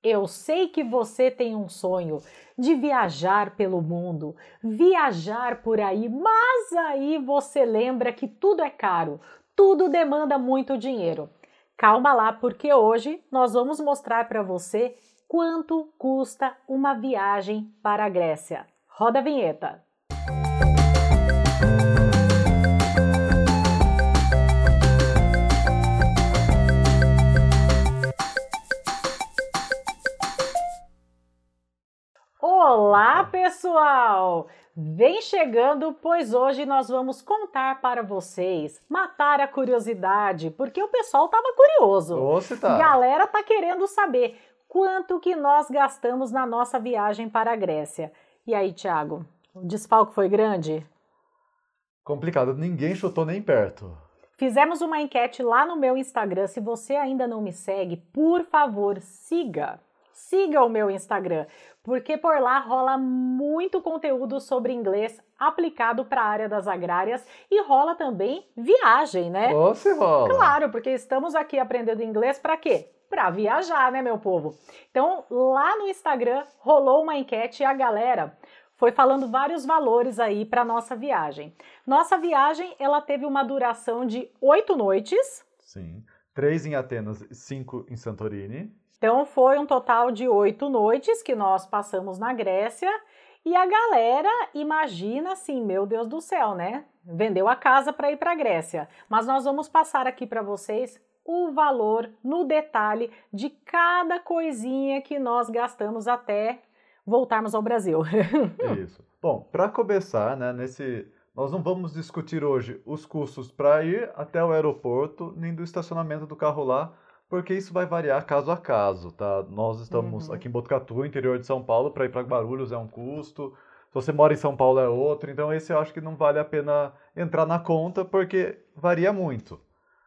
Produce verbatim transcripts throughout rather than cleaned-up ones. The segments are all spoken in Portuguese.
Eu sei que você tem um sonho de viajar pelo mundo, viajar por aí, mas aí você lembra que tudo é caro, tudo demanda muito dinheiro. Calma lá, porque hoje nós vamos mostrar para você quanto custa uma viagem para a Grécia. Roda a vinheta! Olá, pessoal! Vem chegando, pois hoje nós vamos contar para vocês, matar a curiosidade, porque o pessoal estava curioso. Você tá. Galera tá querendo saber quanto que nós gastamos na nossa viagem para a Grécia. E aí, Thiago, o desfalque foi grande? Complicado, ninguém chutou nem perto. Fizemos uma enquete lá no meu Instagram. Se você ainda não me segue, por favor, siga. Siga o meu Instagram, porque por lá rola muito conteúdo sobre inglês aplicado para a área das agrárias e rola também viagem, né? Você rola. Claro, porque estamos aqui aprendendo inglês para quê? Para viajar, né, meu povo? Então, lá no Instagram rolou uma enquete e a galera foi falando vários valores aí para nossa viagem. Nossa viagem, ela teve uma duração de oito noites. Sim, três em Atenas e cinco em Santorini. Então foi um total de oito noites que nós passamos na Grécia e a galera imagina assim, meu Deus do céu, né? Vendeu a casa para ir para a Grécia. Mas nós vamos passar aqui para vocês o valor no detalhe de cada coisinha que nós gastamos até voltarmos ao Brasil. Isso. Bom, para começar, né, nesse, nós não vamos discutir hoje os custos para ir até o aeroporto, nem do estacionamento do carro lá, porque isso vai variar caso a caso, tá? Nós estamos Uhum. aqui em Botucatu, interior de São Paulo, para ir para Guarulhos é um custo, se você mora em São Paulo é outro, então esse eu acho que não vale a pena entrar na conta, porque varia muito.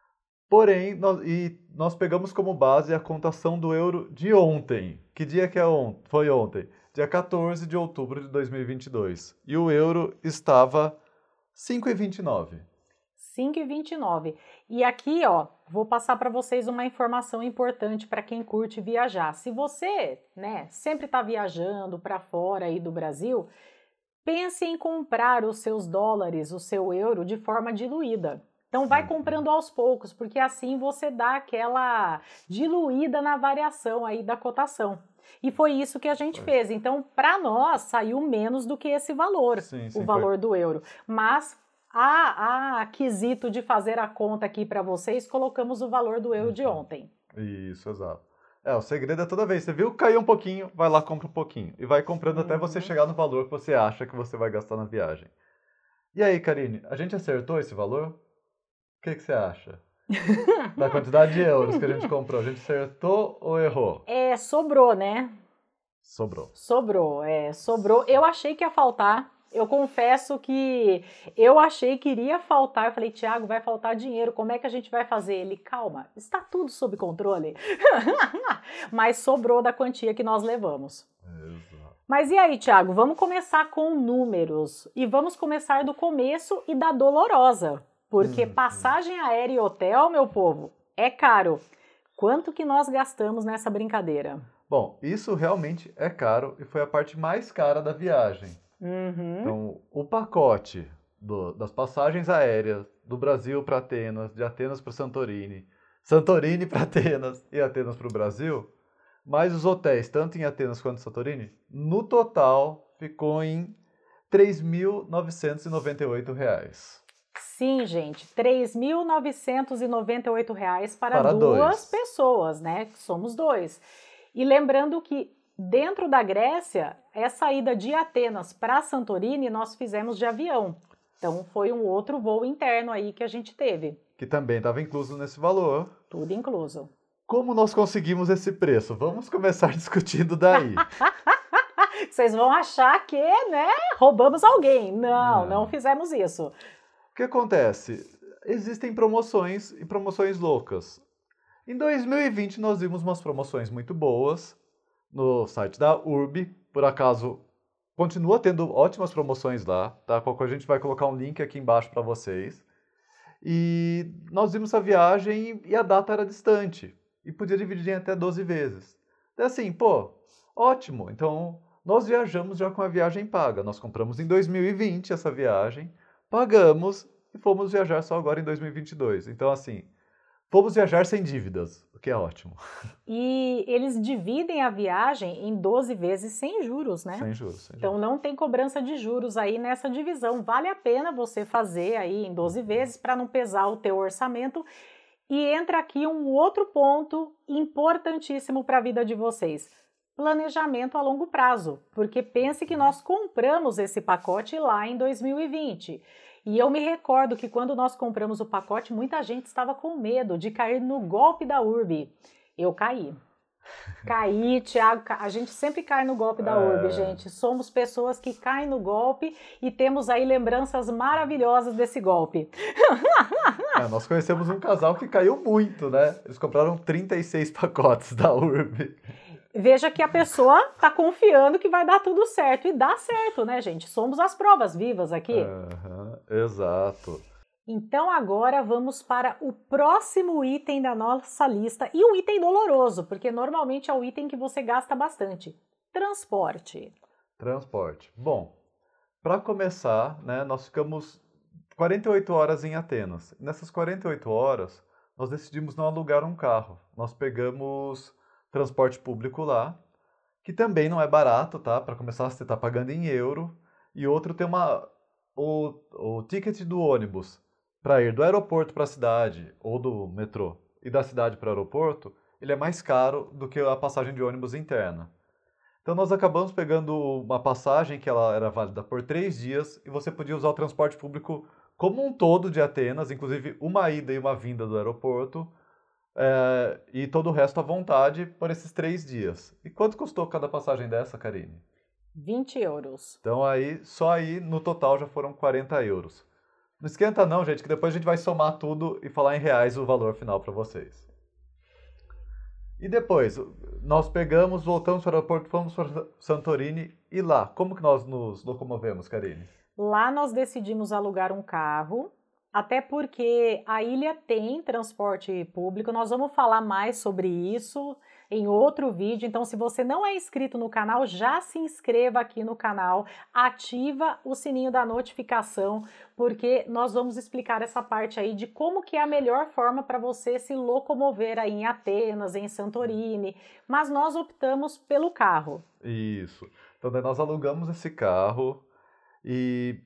Porém, nós, e nós pegamos como base a cotação do euro de ontem. Que dia que é on, foi ontem? Dia quatorze de outubro de dois mil e vinte e dois. E o euro estava cinco reais e vinte e nove centavos. cinco reais e vinte e nove centavos. E aqui, ó, vou passar para vocês uma informação importante para quem curte viajar. Se você, né, sempre está viajando para fora aí do Brasil, pense em comprar os seus dólares, o seu euro, de forma diluída. Então vai comprando aos poucos, porque assim você dá aquela diluída na variação aí da cotação. E foi isso que a gente Foi. fez. Então, para nós, saiu menos do que esse valor, Sim, sim, o valor foi. do euro. Mas a, a quesito de fazer a conta aqui para vocês, colocamos o valor do euro de ontem. Isso, exato. É, o segredo é toda vez, você viu, caiu um pouquinho, vai lá, compra um pouquinho. E vai comprando Uhum. até você chegar no valor que você acha que você vai gastar na viagem. E aí, Karine, a gente acertou esse valor? O que, que você acha? Da quantidade de euros que a gente comprou, a gente acertou ou errou? É, sobrou, né? Sobrou. Sobrou, é, sobrou. Eu achei que ia faltar. Eu confesso que eu achei que iria faltar. Eu falei, Thiago, vai faltar dinheiro, como é que a gente vai fazer? Ele, calma, está tudo sob controle. Mas sobrou da quantia que nós levamos. Exato. Mas e aí, Thiago, vamos começar com números. E vamos começar do começo e da dolorosa. Porque Hum, passagem aérea e hotel, meu povo, é caro. Quanto que nós gastamos nessa brincadeira? Bom, isso realmente é caro e foi a parte mais cara da viagem. Uhum. Então, o pacote do, das passagens aéreas do Brasil para Atenas, de Atenas para Santorini, Santorini para Atenas e Atenas para o Brasil, mais os hotéis, tanto em Atenas quanto em Santorini, no total ficou em três mil novecentos e noventa e oito reais. Sim, gente, três mil novecentos e noventa e oito reais para, Para duas dois. pessoas, né? Somos dois. E lembrando que dentro da Grécia, essa ida de Atenas para Santorini nós fizemos de avião. Então foi um outro voo interno aí que a gente teve. Que também estava incluso nesse valor. Tudo incluso. Como nós conseguimos esse preço? Vamos começar discutindo daí. Vocês vão achar que, né, roubamos alguém. Não, Não. não fizemos isso. O que acontece? Existem promoções e promoções loucas. Em dois mil e vinte nós vimos umas promoções muito boas no site da Urbi. Por acaso, continua tendo ótimas promoções lá, tá? Qualquer coisa a gente vai colocar um link aqui embaixo para vocês. E nós vimos a viagem e a data era distante. E podia dividir em até doze vezes. É assim, pô, ótimo. Então, nós viajamos já com a viagem paga. Nós compramos em dois mil e vinte essa viagem, pagamos e fomos viajar só agora em dois mil e vinte e dois. Então, assim, fomos viajar sem dívidas, o que é ótimo. E eles dividem a viagem em doze vezes sem juros, né? Sem juros. Sem Então juros. não tem cobrança de juros aí nessa divisão. Vale a pena você fazer aí em doze vezes para não pesar o teu orçamento. E entra aqui um outro ponto importantíssimo para a vida de vocês. Planejamento a longo prazo, porque pense que nós compramos esse pacote lá em dois mil e vinte. E eu me recordo que quando nós compramos o pacote, muita gente estava com medo de cair no golpe da Urbi. Eu caí. Caí, Thiago, a gente sempre cai no golpe da Urbi, É. gente. Somos pessoas que caem no golpe e temos aí lembranças maravilhosas desse golpe. É, nós conhecemos um casal que caiu muito, né? Eles compraram trinta e seis pacotes da Urbi. Veja que a pessoa tá confiando que vai dar tudo certo. E dá certo, né, gente? Somos as provas vivas aqui. Uhum, exato. Então agora vamos para o próximo item da nossa lista. E um item doloroso, porque normalmente é o item que você gasta bastante. Transporte. Transporte. Bom, para começar, né, nós ficamos quarenta e oito horas em Atenas. Nessas quarenta e oito horas, nós decidimos não alugar um carro. Nós pegamos transporte público lá, que também não é barato, tá? Para começar, você está pagando em euro. E outro tem uma o, o ticket do ônibus para ir do aeroporto para a cidade, ou do metrô, e da cidade para o aeroporto, ele é mais caro do que a passagem de ônibus interna. Então nós acabamos pegando uma passagem que ela era válida por três dias e você podia usar o transporte público como um todo de Atenas, inclusive uma ida e uma vinda do aeroporto, é, e todo o resto à vontade por esses três dias. E quanto custou cada passagem dessa, Karine? vinte euros. Então aí, só aí no total já foram quarenta euros. Não esquenta não, gente, que depois a gente vai somar tudo e falar em reais o valor final para vocês. E depois, nós pegamos, voltamos para o aeroporto, fomos para Santorini e lá, como que nós nos locomovemos, Karine? Lá nós decidimos alugar um carro, até porque a ilha tem transporte público. Nós vamos falar mais sobre isso em outro vídeo. Então, se você não é inscrito no canal, já se inscreva aqui no canal, ativa o sininho da notificação, porque nós vamos explicar essa parte aí de como que é a melhor forma para você se locomover aí em Atenas, em Santorini, mas nós optamos pelo carro. Isso. Então daí nós alugamos esse carro e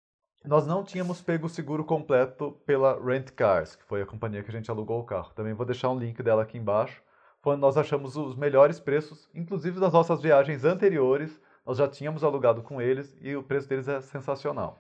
nós não tínhamos pego o seguro completo pela Rent Cars, que foi a companhia que a gente alugou o carro. Também vou deixar um link dela aqui embaixo. Foi onde nós achamos os melhores preços, inclusive das nossas viagens anteriores. Nós já tínhamos alugado com eles e o preço deles é sensacional.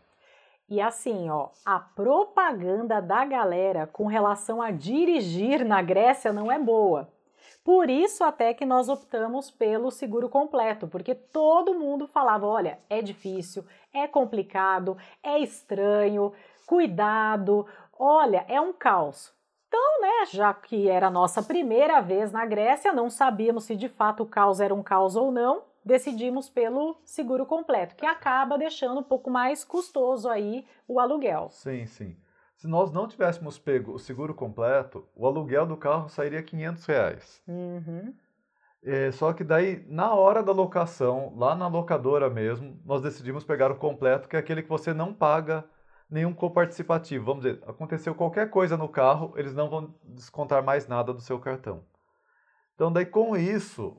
E assim, ó, a propaganda da galera com relação a dirigir na Grécia não é boa. Por isso até que nós optamos pelo seguro completo, porque todo mundo falava, olha, é difícil, é complicado, é estranho, cuidado, olha, é um caos. Então, né, já que era a nossa primeira vez na Grécia, não sabíamos se de fato o caos era um caos ou não, decidimos pelo seguro completo, que acaba deixando um pouco mais custoso aí o aluguel. Sim, sim. Se nós não tivéssemos pego o seguro completo, o aluguel do carro sairia quinhentos reais. Uhum. É, só que daí, na hora da locação, lá na locadora mesmo, nós decidimos pegar o completo, que é aquele que você não paga nenhum coparticipativo. Vamos dizer, aconteceu qualquer coisa no carro, eles não vão descontar mais nada do seu cartão. Então daí com isso,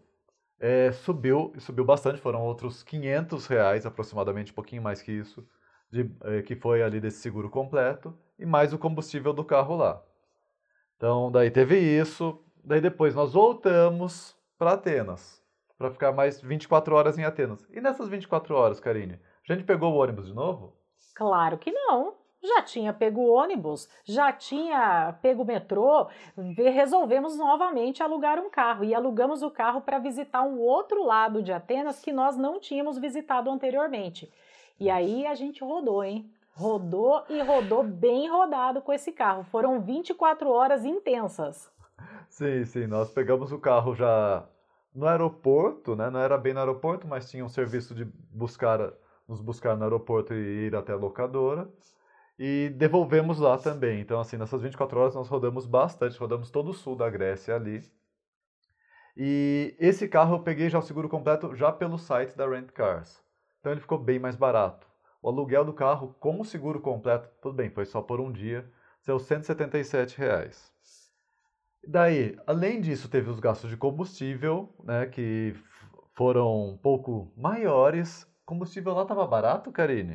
é, subiu, e subiu bastante, foram outros quinhentos reais aproximadamente, um pouquinho mais que isso, de, é, que foi ali desse seguro completo, e mais o combustível do carro lá. Então daí teve isso, daí depois nós voltamos para Atenas, para ficar mais vinte e quatro horas em Atenas. E nessas vinte e quatro horas, Karine, a gente pegou o ônibus de novo? Claro que não. Já tinha pego o ônibus, já tinha pego o metrô, resolvemos novamente alugar um carro. E alugamos o carro para visitar um outro lado de Atenas que nós não tínhamos visitado anteriormente. E aí a gente rodou, hein? Rodou e rodou bem rodado com esse carro. Foram vinte e quatro horas intensas. Sim, sim, nós pegamos o carro já no aeroporto, né? Não era bem no aeroporto, mas tinha um serviço de buscar, nos buscar no aeroporto e ir até a locadora. E devolvemos lá também. Então, assim, nessas vinte e quatro horas nós rodamos bastante, rodamos todo o sul da Grécia ali. E esse carro eu peguei já o seguro completo já pelo site da Rent Cars. Então ele ficou bem mais barato. O aluguel do carro com o seguro completo, tudo bem, foi só por um dia, saiu cento e setenta e sete reais. Daí, além disso, teve os gastos de combustível, né, que f- foram um pouco maiores. Combustível lá estava barato, Karine?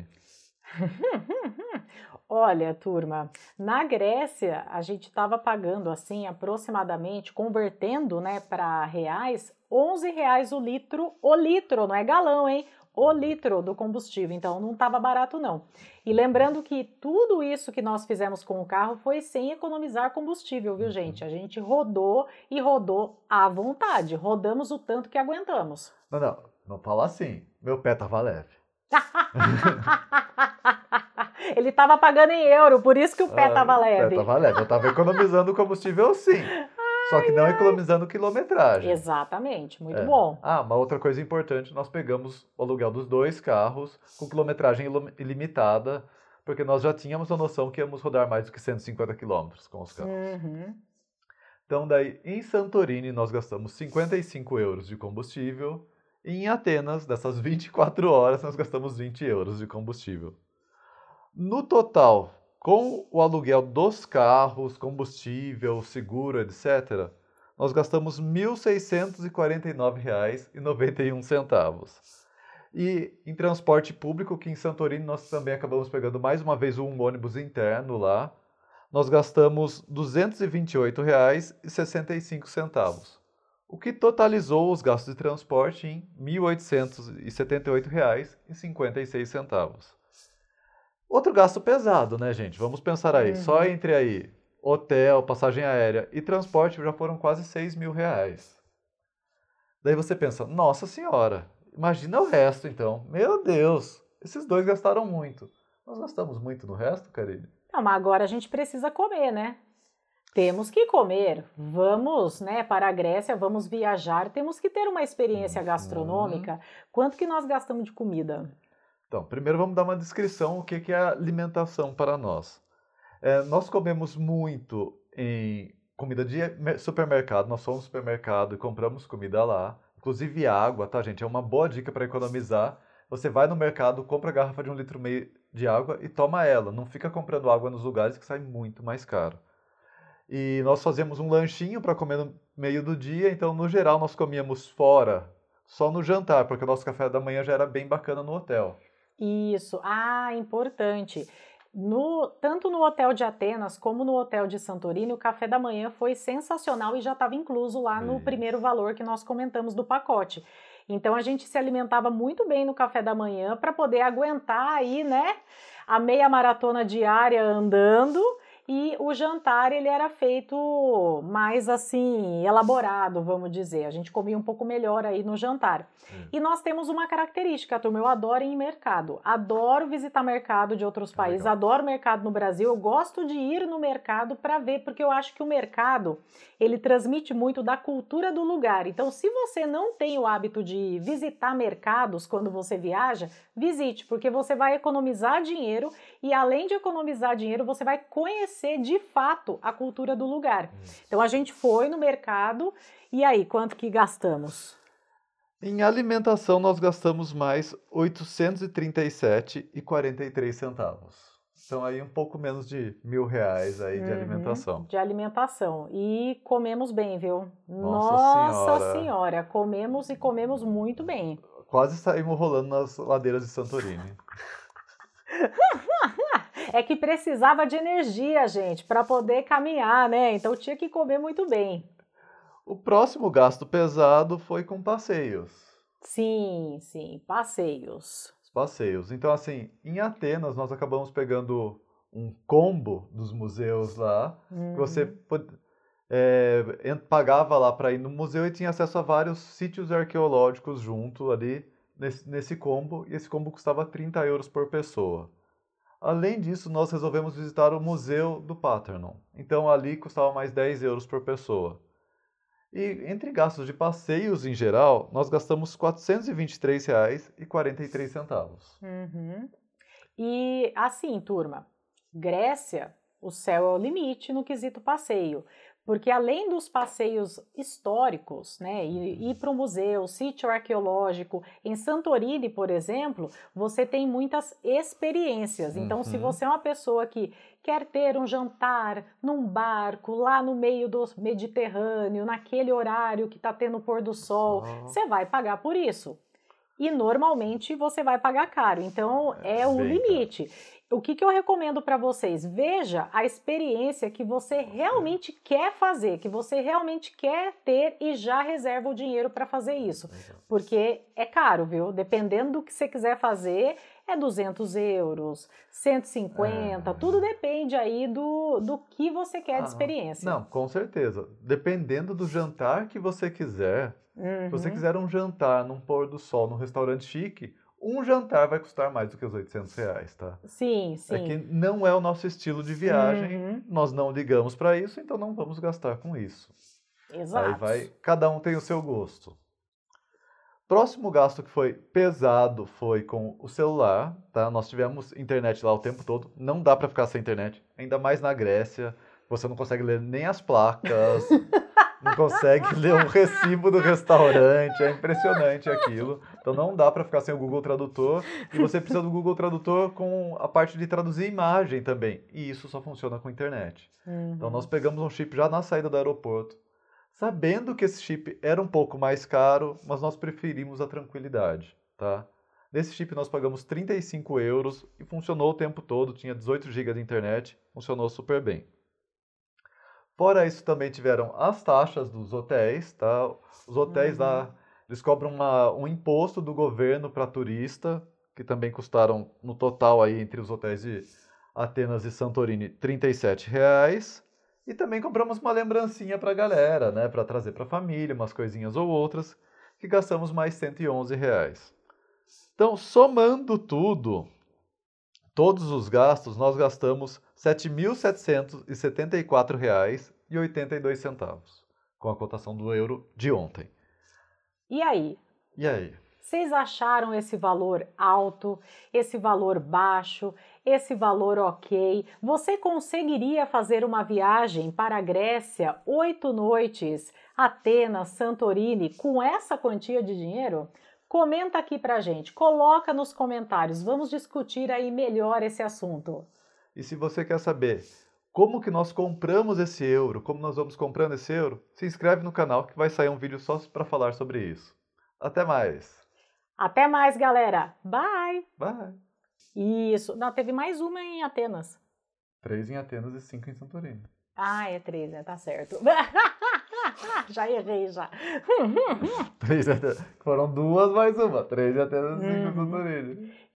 Olha, turma, na Grécia a gente estava pagando assim aproximadamente, convertendo, né, para reais, onze reais o litro, o litro, não é galão, hein? O litro do combustível, então não estava barato não. E lembrando que tudo isso que nós fizemos com o carro foi sem economizar combustível, viu, gente? Uhum. A gente rodou e rodou à vontade, rodamos o tanto que aguentamos. Não, não, não fala assim. Meu pé tava leve. Ele estava pagando em euro, por isso que o pé Ah, estava o pé leve. tava leve. Eu tava economizando combustível sim. Só que não economizando quilometragem. Exatamente, muito É. bom. Ah, uma outra coisa importante, nós pegamos o aluguel dos dois carros com quilometragem ilo- ilimitada, porque nós já tínhamos a noção que íamos rodar mais do que cento e cinquenta quilômetros com os carros. Uhum. Então, daí, em Santorini, nós gastamos cinquenta e cinco euros de combustível, e em Atenas, dessas vinte e quatro horas, nós gastamos vinte euros de combustível. No total, com o aluguel dos carros, combustível, seguro, etcétera, nós gastamos mil seiscentos e quarenta e nove reais e noventa e um centavos. E em transporte público, que em Santorini nós também acabamos pegando mais uma vez um ônibus interno lá, nós gastamos duzentos e vinte e oito reais e sessenta e cinco centavos, o que totalizou os gastos de transporte em mil oitocentos e setenta e oito reais e cinquenta e seis centavos. Outro gasto pesado, né, gente? Vamos pensar aí. Só Uhum. entre aí hotel, passagem aérea e transporte já foram quase seis mil reais. Daí você pensa, nossa senhora, imagina o resto então. Meu Deus, esses dois gastaram muito. Nós gastamos muito no resto, Karine? Não, mas agora a gente precisa comer, né? Temos que comer. Vamos, né, para a Grécia, vamos viajar, temos que ter uma experiência Uhum. gastronômica. Quanto que nós gastamos de comida? Então, primeiro vamos dar uma descrição o que que é alimentação para nós. É, nós comemos muito em comida de mer- supermercado. Nós fomos no supermercado e compramos comida lá. Inclusive água, tá, gente? É uma boa dica para economizar. Você vai no mercado, compra a garrafa de um litro e meio de água e toma ela. Não fica comprando água nos lugares que sai muito mais caro. E nós fazíamos um lanchinho para comer no meio do dia. Então, no geral, nós comíamos fora, só no jantar, porque o nosso café da manhã já era bem bacana no hotel. Isso, ah, importante. No, tanto no hotel de Atenas como no hotel de Santorini, o café da manhã foi sensacional e já estava incluso lá no primeiro Isso. valor que nós comentamos do pacote. Então a gente se alimentava muito bem no café da manhã para poder aguentar aí, né, a meia maratona diária andando. E o jantar ele era feito mais assim, elaborado, vamos dizer. A gente comia um pouco melhor aí no jantar. Hum, E nós temos uma característica, turma, eu adoro ir em mercado, adoro visitar mercado de outros é países, legal. adoro mercado no Brasil, eu gosto de ir no mercado para ver, porque eu acho que o mercado, ele transmite muito da cultura do lugar. Então, se você não tem o hábito de visitar mercados quando você viaja, visite, porque você vai economizar dinheiro e além de economizar dinheiro, você vai conhecer de fato a cultura do lugar. Hum. Então, a gente foi no mercado e aí, quanto que gastamos? Em alimentação, nós gastamos mais oitocentos e trinta e sete reais e quarenta e três centavos. Então, aí um pouco menos de mil reais aí de Uhum, alimentação. de alimentação. E comemos bem, viu? Nossa Nossa Senhora, Senhora, comemos e comemos muito bem. quase saímos rolando nas ladeiras de Santorini. É que precisava de energia, gente, para poder caminhar, né? Então tinha que comer muito bem. O próximo gasto pesado foi com passeios. Sim, sim, passeios. Os passeios. Então, assim, em Atenas, nós acabamos pegando um combo dos museus lá, que você Uhum. pod- é, en- pagava lá para ir no museu e tinha acesso a vários sítios arqueológicos junto ali nesse, nesse combo, e esse combo custava trinta euros por pessoa. Além disso, nós resolvemos visitar o Museu do Parthenon. Então ali custava mais dez euros por pessoa. E entre gastos de passeios em geral, nós gastamos quatrocentos e vinte e três reais e quarenta e três centavos. Uhum. E assim, turma, Grécia, o céu é o limite no quesito passeio. Porque além dos passeios históricos, né, ir, ir para o museu, sítio arqueológico, em Santorini, por exemplo, você tem muitas experiências. Então, uhum. se você é uma pessoa que quer ter um jantar num barco, lá no meio do Mediterrâneo, naquele horário que está tendo o pôr do sol, oh. você vai pagar por isso. E normalmente você vai pagar caro, então é, é o limite. Caro. O que, que eu recomendo para vocês? Veja a experiência que você realmente quer fazer, que você realmente quer ter e já reserva o dinheiro para fazer isso. Porque é caro, viu? Dependendo do que você quiser fazer, é duzentos euros, cento e cinquenta, é... tudo depende aí do, do que você quer ah, de experiência. Não, com certeza. Dependendo do jantar que você quiser, uhum. se você quiser um jantar num pôr do sol, num restaurante chique, um jantar vai custar mais do que os oitocentos reais, tá? Sim, sim. É que não é o nosso estilo de viagem, uhum. nós não ligamos para isso, então não vamos gastar com isso. Exato. Aí vai, cada um tem o seu gosto. Próximo gasto que foi pesado foi com o celular, tá? Nós tivemos internet lá o tempo todo, não dá para ficar sem internet, ainda mais na Grécia, você não consegue ler nem as placas... Não consegue ler um recibo do restaurante, é impressionante aquilo. Então não dá para ficar sem o Google Tradutor. E você precisa do Google Tradutor com a parte de traduzir imagem também. E isso só funciona com internet. Uhum. Então nós pegamos um chip já na saída do aeroporto, sabendo que esse chip era um pouco mais caro, mas nós preferimos a tranquilidade, tá? Nesse chip nós pagamos trinta e cinco euros e funcionou o tempo todo, tinha dezoito gigas de internet, funcionou super bem. Fora isso, também tiveram as taxas dos hotéis, tá? Os hotéis uhum. lá, eles cobram uma, um imposto do governo para turista, que também custaram, no total, aí, entre os hotéis de Atenas e Santorini, trinta e sete reais. E também compramos uma lembrancinha para a galera, né? Para trazer para a família, umas coisinhas ou outras, que gastamos mais cento e onze reais. Então, somando tudo, todos os gastos, nós gastamos sete mil setecentos e setenta e quatro reais e oitenta e dois centavos, com a cotação do euro de ontem. E aí? E aí? Vocês acharam esse valor alto, esse valor baixo, esse valor ok? Você conseguiria fazer uma viagem para a Grécia, oito noites, Atenas, Santorini, com essa quantia de dinheiro? Comenta aqui pra gente, coloca nos comentários, vamos discutir aí melhor esse assunto. E se você quer saber como que nós compramos esse euro, como nós vamos comprando esse euro, se inscreve no canal que vai sair um vídeo só para falar sobre isso. Até mais! Até mais, galera! Bye! Bye! Isso, não, teve mais uma em Atenas. Três em Atenas e cinco em Santorini. Ah, é três, né? Tá certo. Já errei, já. Três, foram duas mais uma. Três em Atenas e cinco em Santorini.